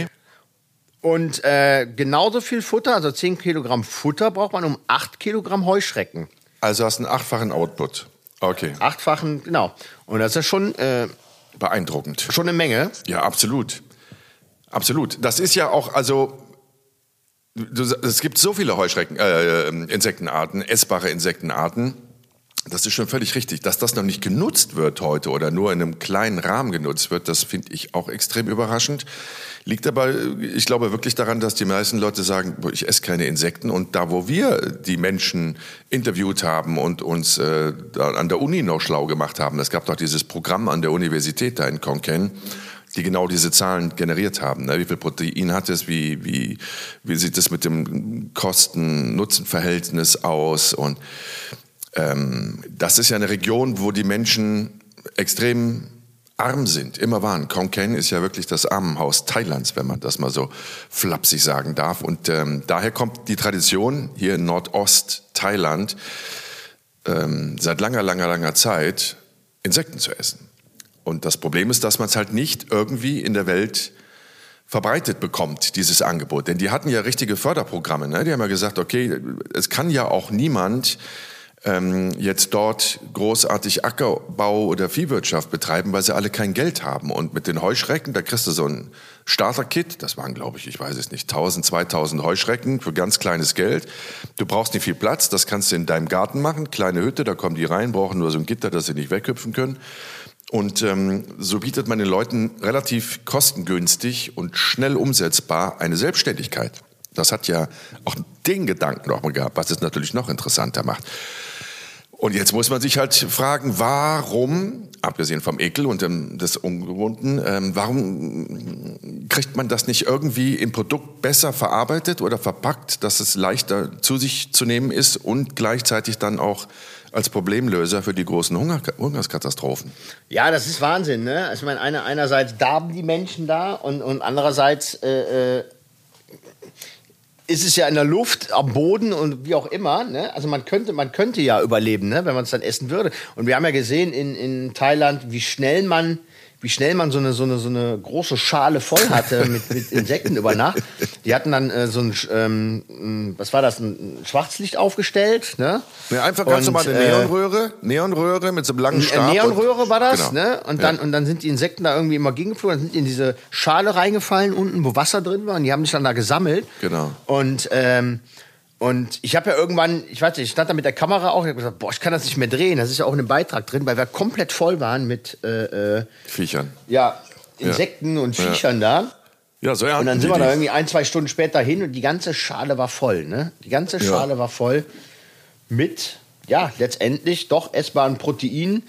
Und äh, genauso viel Futter, also zehn Kilogramm Futter braucht man um acht Kilogramm Heuschrecken. Also hast du einen achtfachen Output. Okay. Achtfachen, genau. Und das ist ja schon, äh, Beeindruckend. schon eine Menge. Ja, absolut. Absolut. Das ist ja auch, also, du, es gibt so viele Heuschrecken, äh, Insektenarten, essbare Insektenarten. Das ist schon völlig richtig. Dass das noch nicht genutzt wird heute oder nur in einem kleinen Rahmen genutzt wird, das finde ich auch extrem überraschend. Liegt aber, ich glaube, wirklich daran, dass die meisten Leute sagen, boah, ich esse keine Insekten. Und da, wo wir die Menschen interviewt haben und uns äh, da an der Uni noch schlau gemacht haben, es gab doch dieses Programm an der Universität da in Khon Kaen, die genau diese Zahlen generiert haben. Ne? Wie viel Protein hat es, wie, wie, wie sieht es mit dem Kosten-Nutzen-Verhältnis aus? Und ähm, das ist ja eine Region, wo die Menschen extrem arm sind, immer waren. Khon Kaen ist ja wirklich das Armenhaus Thailands, wenn man das mal so flapsig sagen darf. Und ähm, daher kommt die Tradition hier in Nordost-Thailand ähm, seit langer, langer, langer Zeit, Insekten zu essen. Und das Problem ist, dass man es halt nicht irgendwie in der Welt verbreitet bekommt, dieses Angebot. Denn die hatten ja richtige Förderprogramme. Ne? Die haben ja gesagt, okay, es kann ja auch niemand ähm, jetzt dort großartig Ackerbau oder Viehwirtschaft betreiben, weil sie alle kein Geld haben. Und mit den Heuschrecken, da kriegst du so ein Starter-Kit, das waren, glaube ich, ich weiß es nicht, tausend, zweitausend Heuschrecken für ganz kleines Geld. Du brauchst nicht viel Platz, das kannst du in deinem Garten machen, kleine Hütte, da kommen die rein, brauchen nur so ein Gitter, dass sie nicht weghüpfen können. Und ähm, so bietet man den Leuten relativ kostengünstig und schnell umsetzbar eine Selbstständigkeit. Das hat ja auch den Gedanken noch mal gehabt, was es natürlich noch interessanter macht. Und jetzt muss man sich halt fragen, warum, abgesehen vom Ekel und dem, des Ungewohnten, ähm, warum kriegt man das nicht irgendwie im Produkt besser verarbeitet oder verpackt, dass es leichter zu sich zu nehmen ist und gleichzeitig dann auch als Problemlöser für die großen Hunger, Hungerskatastrophen? Ja, das ist Wahnsinn, ne? Also ich meine, einer, einerseits darben die Menschen da und, und andererseits äh, äh, ist es ja in der Luft, am Boden und wie auch immer. Ne? Also man könnte, man könnte ja überleben, ne? Wenn man es dann essen würde. Und wir haben ja gesehen in, in Thailand, wie schnell man, wie schnell man so eine, so eine, so eine große Schale voll hatte mit, mit Insekten über Nacht. Die hatten dann äh, so ein, ähm, was war das, ein Schwarzlicht aufgestellt. Ne? Ja, einfach ganz und, normal eine Neonröhre, Neonröhre mit so einem langen Stab. Eine Neonröhre war das, genau. ne? Und dann, ja. und dann sind die Insekten da irgendwie immer gegengeflogen, dann sind die in diese Schale reingefallen unten, wo Wasser drin war, und die haben sich dann da gesammelt. Genau. Und, ähm, und ich habe ja irgendwann, ich weiß nicht, ich stand da mit der Kamera auch, ich habe gesagt, boah, ich kann das nicht mehr drehen, das ist ja auch in einem Beitrag drin, weil wir komplett voll waren mit äh, Viechern. Ja, Insekten ja. und Viechern ja. da. Ja, so ja. Und dann sind wir da irgendwie ein, zwei Stunden später hin und die ganze Schale war voll, ne? Die ganze Schale ja. war voll mit, ja, letztendlich doch essbaren Proteinen.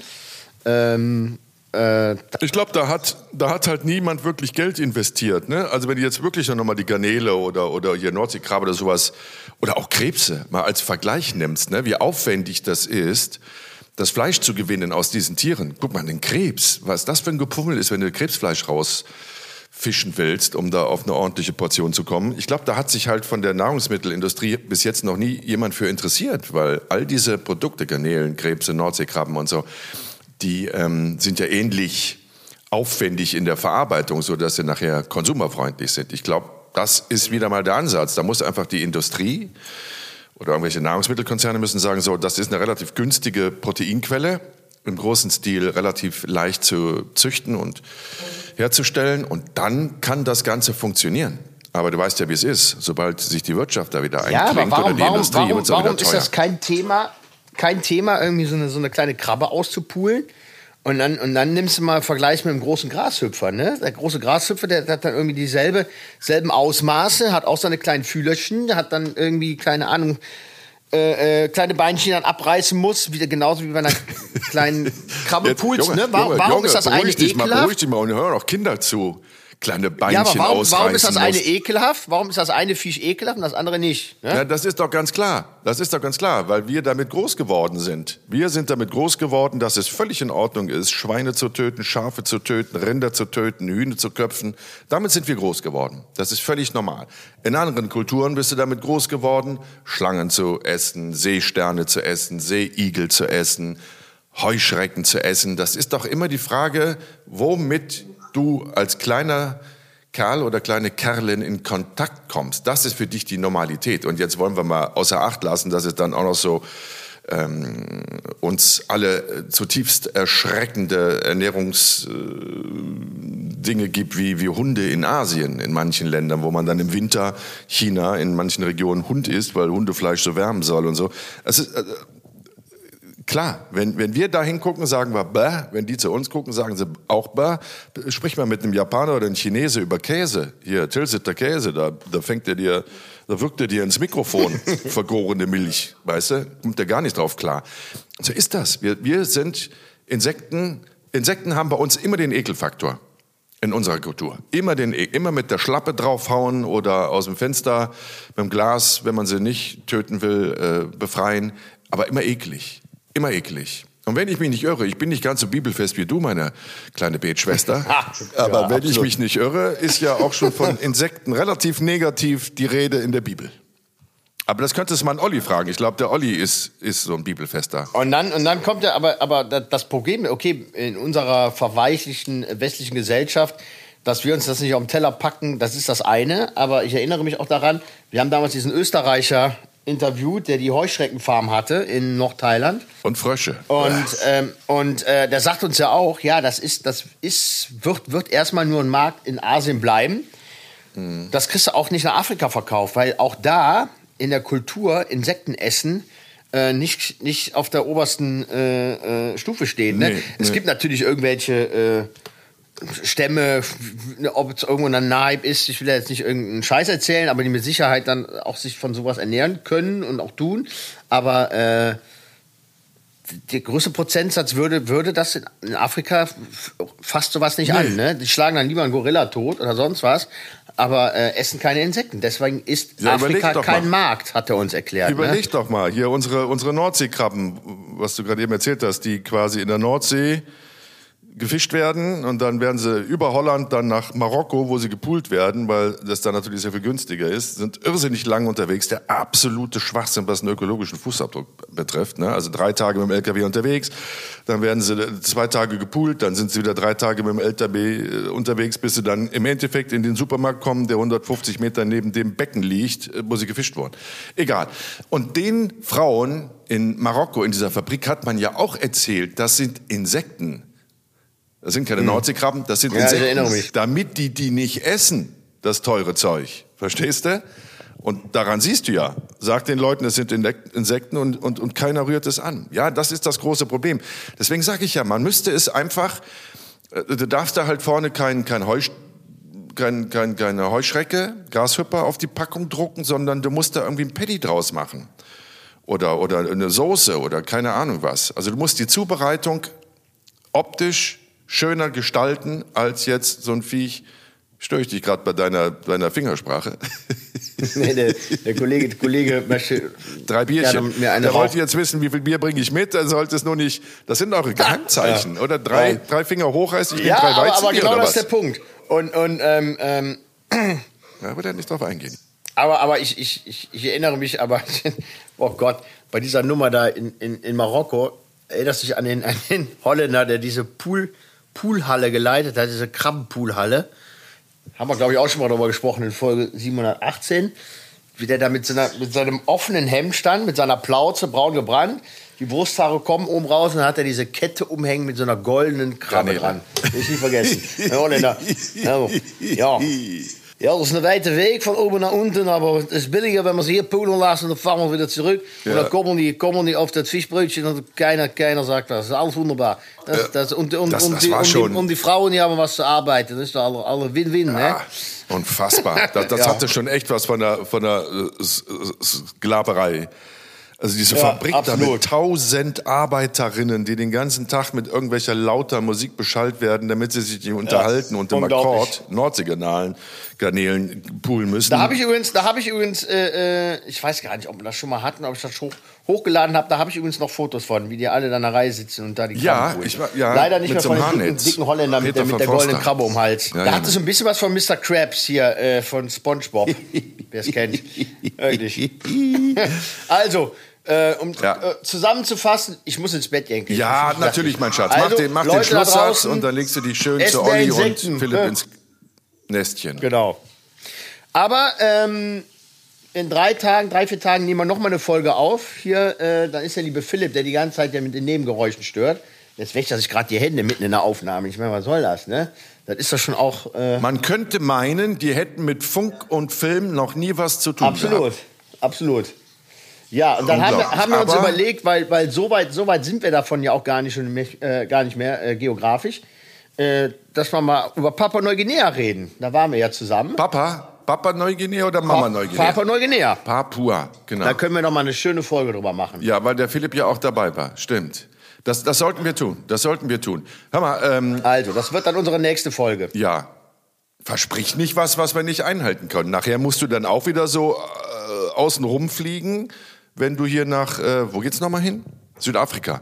Ähm, äh, ich glaube, da hat, da hat halt niemand wirklich Geld investiert. Ne? Also wenn du jetzt wirklich noch mal die Garnele oder, oder hier Nordseekrabbe oder sowas oder auch Krebse mal als Vergleich nimmst, ne? Wie aufwendig das ist, das Fleisch zu gewinnen aus diesen Tieren. Guck mal, den Krebs, was das für ein Gepummel ist, wenn du Krebsfleisch rausfischen willst, um da auf eine ordentliche Portion zu kommen. Ich glaube, da hat sich halt von der Nahrungsmittelindustrie bis jetzt noch nie jemand für interessiert, weil all diese Produkte, Garnelen, Krebse, Nordseekrabben und so, die ähm, sind ja ähnlich aufwendig in der Verarbeitung, sodass sie nachher konsumerfreundlich sind. Ich glaube, das ist wieder mal der Ansatz. Da muss einfach die Industrie oder irgendwelche Nahrungsmittelkonzerne müssen sagen, so, das ist eine relativ günstige Proteinquelle, im großen Stil relativ leicht zu züchten und herzustellen, und dann kann das Ganze funktionieren. Aber du weißt ja, wie es ist, sobald sich die Wirtschaft da wieder ja, einklingt warum, oder die warum, Industrie, warum, wird es auch warum wieder teuer. Ist das kein Thema, kein Thema, irgendwie so eine, so eine kleine Krabbe auszupulen? Und dann, und dann nimmst du mal einen Vergleich mit dem großen Grashüpfer. Ne? Der große Grashüpfer, der, der hat dann irgendwie dieselbe selben Ausmaße, hat auch seine kleinen Fühlerchen, der hat dann irgendwie, keine Ahnung, äh, äh, kleine Beinchen dann abreißen muss, wieder genauso wie bei einer kleinen Krabbe pulst. Ne? Warum, Junge, warum Junge, ist das eine dich mal, ekelhaft? beruhig dich mal und hören auch Kinder zu. Kleine Beinchen ja, aber warum, ausreißen warum ist das eine musst. ekelhaft? Warum ist das eine Viech ekelhaft und das andere nicht? Ne? Ja, das ist doch ganz klar. Das ist doch ganz klar, weil wir damit groß geworden sind. Wir sind damit groß geworden, dass es völlig in Ordnung ist, Schweine zu töten, Schafe zu töten, Rinder zu töten, Hühner zu köpfen. Damit sind wir groß geworden. Das ist völlig normal. In anderen Kulturen bist du damit groß geworden, Schlangen zu essen, Seesterne zu essen, Seeigel zu essen, Heuschrecken zu essen. Das ist doch immer die Frage, womit du als kleiner Kerl oder kleine Kerlin in Kontakt kommst. Das ist für dich die Normalität. Und jetzt wollen wir mal außer Acht lassen, dass es dann auch noch so ähm, uns alle zutiefst erschreckende Ernährungsdinge äh, gibt, wie, wie Hunde in Asien, in manchen Ländern, wo man dann im Winter, China, in manchen Regionen Hund isst, weil Hundefleisch so wärmen soll und so. Es ist, äh, Klar, wenn, wenn wir da hingucken, sagen wir bäh, wenn die zu uns gucken, sagen sie auch bäh. Sprich mal mit einem Japaner oder einem Chinese über Käse. Hier, Tilsiter Käse, da, da fängt er dir, da wirkt er dir ins Mikrofon, vergorene Milch, weißt du? Kommt der gar nicht drauf klar. So ist das. Wir, wir sind Insekten, Insekten haben bei uns immer den Ekelfaktor in unserer Kultur. Immer, den, immer mit der Schlappe draufhauen oder aus dem Fenster mit dem Glas, wenn man sie nicht töten will, äh, befreien. Aber immer eklig. Immer eklig. Und wenn ich mich nicht irre, ich bin nicht ganz so bibelfest wie du, meine kleine Betschwester, aber ja, wenn absolut. ich mich nicht irre, ist ja auch schon von Insekten relativ negativ die Rede in der Bibel. Aber das könntest du mal an Olli fragen. Ich glaube, der Olli ist, ist so ein Bibelfester. Und dann, und dann kommt ja aber, aber das Problem, okay, in unserer verweichlichten westlichen Gesellschaft, dass wir uns das nicht auf den Teller packen, das ist das eine. Aber ich erinnere mich auch daran, wir haben damals diesen Österreicher interviewt, der die Heuschreckenfarm hatte in Nordthailand. Und Frösche. Und, ähm, und äh, der sagt uns ja auch, ja, das ist, das ist, wird, wird erstmal nur ein Markt in Asien bleiben. Mhm. Das kriegst du auch nicht nach Afrika verkauft, weil auch da in der Kultur Insektenessen äh, nicht, nicht auf der obersten äh, äh, Stufe steht. Ne? Nee, es nee. gibt natürlich irgendwelche äh, Stämme, ob es irgendwo ein Naib ist, ich will ja jetzt nicht irgendeinen Scheiß erzählen, aber die mit Sicherheit dann auch sich von sowas ernähren können und auch tun. Aber äh, der größte Prozentsatz würde, würde das in, in Afrika f- fast sowas nicht Nee. an. Ne? Die schlagen dann lieber einen Gorilla tot oder sonst was, aber äh, essen keine Insekten. Deswegen ist Ja, überleg Afrika doch kein mal. Markt, hat er uns erklärt. Überleg Ne? doch mal, hier unsere, unsere Nordseekrabben, was du gerade eben erzählt hast, die quasi in der Nordsee gefischt werden und dann werden sie über Holland dann nach Marokko, wo sie gepoolt werden, weil das dann natürlich sehr viel günstiger ist, sind irrsinnig lang unterwegs. Der absolute Schwachsinn, was den ökologischen Fußabdruck betrifft. Ne? Also drei Tage mit dem L K W unterwegs, dann werden sie zwei Tage gepoolt, dann sind sie wieder drei Tage mit dem L K W unterwegs, bis sie dann im Endeffekt in den Supermarkt kommen, der hundertfünfzig Meter neben dem Becken liegt, wo sie gefischt wurden. Egal. Und den Frauen in Marokko, in dieser Fabrik, hat man ja auch erzählt, das sind Insekten. Das sind keine Nordseekrabben, das sind Ja, ich erinnere Insekten, mich. damit die die nicht essen, das teure Zeug. Verstehst du? Und daran siehst du ja, sag den Leuten, es sind Indek- Insekten und, und, und keiner rührt es an. Ja, das ist das große Problem. Deswegen sage ich ja, man müsste es einfach, äh, du darfst da halt vorne kein, kein Heu, kein, kein, keine Heuschrecke, Grashüpper auf die Packung drucken, sondern du musst da irgendwie ein Patty draus machen. Oder, oder eine Soße oder keine Ahnung was. Also du musst die Zubereitung optisch schöner gestalten als jetzt so ein Viech. Störe ich dich gerade bei deiner, deiner Fingersprache? Nee, der, der Kollege, der Kollege möchte Drei Bierchen. gerne mir eine Der wollte rauchen. jetzt wissen, wie viel Bier bringe ich mit. Er sollte es nur nicht. Das sind eure Geheimzeichen, Ja. oder? Drei, Ja. drei Finger hoch heißt, ich nehme Ja, drei aber, aber Weizenbier genau oder das was? ist der Punkt. Und, und ähm, ähm, Ja, wird er nicht drauf eingehen. Aber, aber ich, ich, ich, ich erinnere mich, aber, oh Gott, bei dieser Nummer da in, in, in Marokko, erinnerst du dich an den, an den Holländer, der diese Pool, Poolhalle geleitet hat, diese Krabbenpoolhalle. Haben wir, glaube ich, auch schon mal darüber gesprochen in Folge siebenhundertachtzehn. Wie der da mit, seiner, mit seinem offenen Hemd stand, mit seiner Plauze, braun gebrannt. Die Brusthaare kommen oben raus und dann hat er diese Kette umhängen mit so einer goldenen Krabbe Garnele. dran. Will ich nicht vergessen. Der Holländer. Ja. Ja. Ja, das ist ein weiter Weg von oben nach unten, aber es ist billiger, wenn wir sie hier poolen lassen, dann fahren wir wieder zurück. Ja. Und dann kommen die, kommen die auf das Fischbrötchen und keiner, keiner sagt was. Das ist alles wunderbar. Das, Ja. das, und, und, Das- und, das die, war und, schon- die, und die Frauen, die haben was zu arbeiten. Das ist doch alle, alle Win-Win, ne? Ah, unfassbar. Das, das Ja. hatte schon echt was von der, von der äh, S- S- Sklaverei. Also diese Ja, Fabrik da absolut. mit tausend Arbeiterinnen, die den ganzen Tag mit irgendwelcher lauter Musik beschallt werden, damit sie sich nicht unterhalten und im unglaublich. Akkord Nordseekanälen Garnelen poolen müssen. Da habe ich übrigens, da habe ich übrigens, äh, äh, ich weiß gar nicht, ob wir das schon mal hatten, ob ich das hoch, hochgeladen habe. Da habe ich übrigens noch Fotos von, wie die alle da in der Reihe sitzen und da die Ja, Krabben poolen. ich war- ja, Leider nicht mit mehr so von einem dem dicken, Haarnetz. dicken Holländer mit Peter der, mit von der goldenen Foster. Krabbe um den Hals. Ja, da ja. hatte so ein bisschen was von Mister Krabs hier äh, von SpongeBob, wer es kennt. Wirklich. Also, äh, um Ja. äh, zusammenzufassen, ich muss ins Bett, Jenke. Ja, Ich- natürlich, mein Schatz. Also, mach den, mach den Leute da Schlusssatz draußen, und dann legst du dich schön essen zu wir Olli und Insekten, Philipp ne? ins Nestchen. Genau. Aber ähm, in drei Tagen, drei, vier Tagen nehmen wir noch mal eine Folge auf. Hier, äh, dann ist der liebe Philipp, der die ganze Zeit ja mit den Nebengeräuschen stört. Jetzt wäscht er sich gerade die Hände mitten in der Aufnahme. Ich meine, was soll das, ne? Das ist doch schon auch... Äh, Man könnte meinen, die hätten mit Funk und Film noch nie was zu tun absolut, gehabt. absolut. Ja, und dann haben wir, Unglaublich. haben wir uns Aber- überlegt, weil, weil so, weit, so weit sind wir davon ja auch gar nicht, schon, äh, gar nicht mehr äh, geografisch, äh, dass wir mal über Papua-Neuguinea reden. Da waren wir ja zusammen. Papa? Papa Neuguinea oder Mama Neuguinea? Papua-Neuguinea. Papua, genau. Da können wir noch mal eine schöne Folge drüber machen. Ja, weil der Philipp ja auch dabei war. Stimmt. Das, das sollten wir tun. Das sollten wir tun. Hör mal, ähm, Also, das wird dann unsere nächste Folge. ja. Versprich nicht was, was wir nicht einhalten können. Nachher musst du dann auch wieder so äh, außen rumfliegen, wenn du hier nach, äh, wo geht's nochmal hin? Südafrika.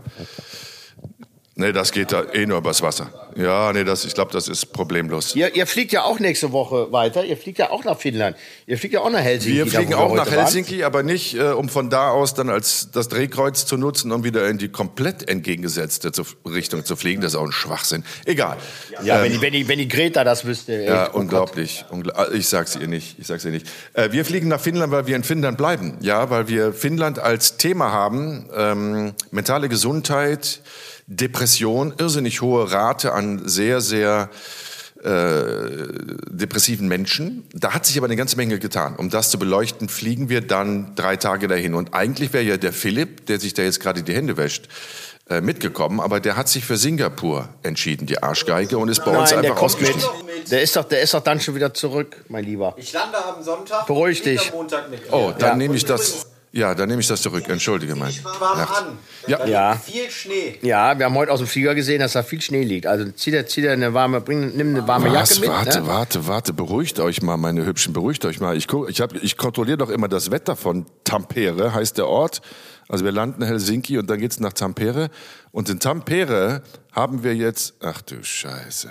Nee, das geht da eh nur übers Wasser. Ja, nee, das, ich glaube, das ist problemlos. Ihr, ihr fliegt ja auch nächste Woche weiter. Ihr fliegt ja auch nach Finnland. Ihr fliegt ja auch nach Helsinki. Wir da, fliegen wo auch wir nach heute waren. Helsinki, aber nicht, äh, um von da aus dann als das Drehkreuz zu nutzen, um wieder in die komplett entgegengesetzte zu, Richtung zu fliegen. Das ist auch ein Schwachsinn. Egal. Ja, Ähm, wenn, die, wenn, die, wenn die Greta das wüsste. ey. Ja, Oh Gott. unglaublich. Ungla ich sag's ihr nicht. Ich sag's ihr nicht. Äh, wir fliegen nach Finnland, weil wir in Finnland bleiben. Ja, weil wir Finnland als Thema haben. Ähm, mentale Gesundheit, Depression, irrsinnig hohe Rate an sehr, sehr äh, depressiven Menschen. Da hat sich aber eine ganze Menge getan. Um das zu beleuchten, fliegen wir dann drei Tage dahin. Und eigentlich wäre ja der Philipp, der sich da jetzt gerade die Hände wäscht, äh, mitgekommen. Aber der hat sich für Singapur entschieden, die Arschgeige, und ist bei uns Nein, der einfach kommt mit. ausgestiegen. Der ist, doch, der ist doch dann schon wieder zurück, mein Lieber. Ich lande am Sonntag. Beruhig fliege dich. Am Montag mit. Oh, dann Ja. nehme ich das. Ja, dann nehme ich das zurück. Entschuldige mein warm Herz. an. Ja. Ja. Viel Schnee. Ja, wir haben heute aus dem Flieger gesehen, dass da viel Schnee liegt. Also zieh dir, zieh dir eine warme, bring, nimm eine warme Was? Jacke mit. Warte, Ne? warte, warte, beruhigt euch mal, meine Hübschen, beruhigt euch mal. Ich, guck, ich, hab, ich kontrolliere doch immer das Wetter von Tampere, heißt der Ort. Also wir landen in Helsinki und dann geht's nach Tampere. Und in Tampere haben wir jetzt, ach du Scheiße.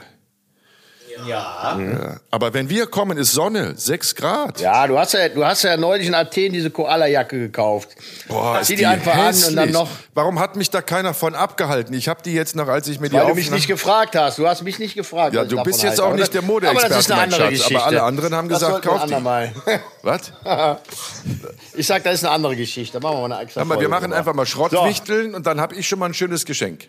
Ja. Ja. Aber wenn wir kommen, ist Sonne, sechs Grad. Ja, du hast ja, du hast ja neulich in Athen diese Koala-Jacke gekauft. Boah, ist Zieh die, die einfach hässlich. an und dann noch. Warum hat mich da keiner von abgehalten? Ich habe die jetzt noch, als ich mir die Weil du mich Aufnahme- nicht gefragt hast. Du hast mich nicht gefragt. Ja, was ich du bist davon jetzt halte. auch nicht der Modeexperte, Aber das ist eine mein andere Schatz. Geschichte. Aber alle anderen haben Das gesagt, sollten wir kauf die. andermal. Was? Ich sag, das ist eine andere Geschichte. Da machen wir mal eine extra Sag mal, wir Folge machen drüber. einfach mal Schrottwichteln und dann habe ich schon mal ein schönes Geschenk.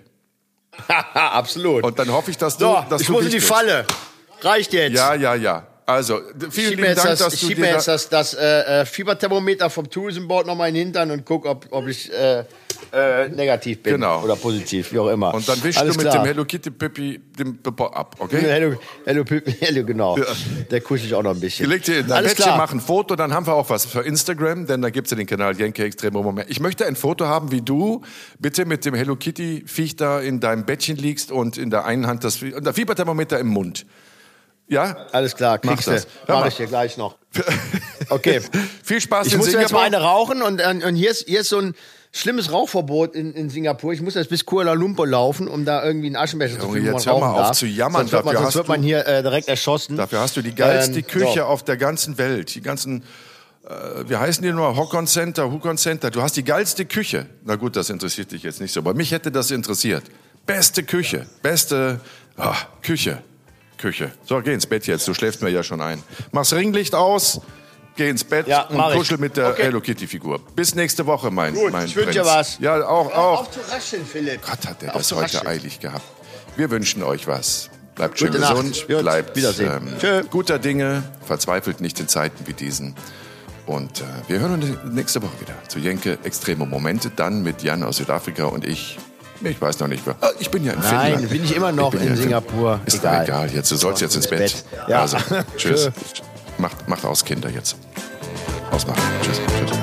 Absolut. Und dann hoffe ich, dass du, so, dass ich du muss in die wichtelst. Falle. Reicht jetzt. Ja, ja, ja. Also, d- vielen Schieb lieben mir jetzt Dank, das, dass ich du schieb dir mir da, jetzt das, das äh, äh, Fieberthermometer vom Tourism Board nochmal in den Hintern und guck, ob, ob ich äh, äh, negativ bin. Genau. Oder positiv, wie auch immer. und dann wischst Alles du mit klar. dem Hello Kitty Pippi den Popo ab, okay? Hello, hello, Pippi, hello, genau. Der kuschelt auch noch ein bisschen. Leg dir in dein Alles Bettchen, klar. mach ein Foto, dann haben wir auch was für Instagram, denn da gibt's ja den Kanal Jenke Extreme Moment. Ich möchte ein Foto haben, wie du bitte mit dem Hello Kitty Viech da in deinem Bettchen liegst und in der einen Hand das und der Fieberthermometer im Mund. Ja? Alles klar, Mach kriegst du. das. Hör Mach mal. ich dir gleich noch. Okay. Viel Spaß Ich in muss jetzt mal Singapur. eine rauchen und, und, und hier, ist, hier ist so ein schlimmes Rauchverbot in, in Singapur. Ich muss jetzt bis Kuala Lumpur laufen, um da irgendwie einen Aschenbecher zu Junge, finden, wo jetzt man hör mal rauchen auf darf. zu jammern. Sonst wird man, Dafür sonst hast wird man du- hier äh, direkt erschossen. Dafür hast du die geilste Ähm, Küche so. auf der ganzen Welt. Die ganzen, äh, wie heißen die nur? Hokon Center, Hukon Center. Du hast die geilste Küche. Na gut, das interessiert dich jetzt nicht so. Aber mich hätte das interessiert. Beste Küche. Beste ah, Küche. Küche. So, geh ins Bett jetzt. Du schläfst mir ja schon ein. Mach's Ringlicht aus. Geh ins Bett Ja, und mach ich. kuschel mit der Okay. Hello Kitty Figur. Bis nächste Woche, mein, Gut, mein ich wünsch dir Prinz. was. Ja, auch, auch. Auf zu rascheln, Philipp. Gott, hat der Auf das zu heute rascheln. eilig gehabt. Wir wünschen euch was. Bleibt schön Gute Nacht. gesund, Gut, bleibt Wiedersehen. ähm, Tschö. guter Dinge, verzweifelt nicht in Zeiten wie diesen. Und äh, wir hören uns nächste Woche wieder zu Jenke Extreme Momente, dann mit Jan aus Südafrika und ich. Ich weiß noch nicht, wer. Ah, ich bin ja in Nein, Finnland. bin ich immer noch bin in ja Fin- Singapur. Ist Egal. doch egal, jetzt, du sollst jetzt ins Bett. Bett. Ja. Also, tschüss. Tschö. Macht, macht aus, Kinder, jetzt. Ausmachen. Tschüss. Tschüss.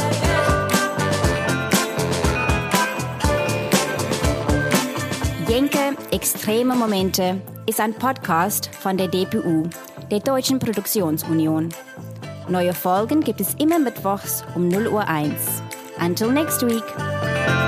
Jenke Extreme Momente ist ein Podcast von der D P U, der Deutschen Produktionsunion. Neue Folgen gibt es immer mittwochs um null Uhr eins. Until next week.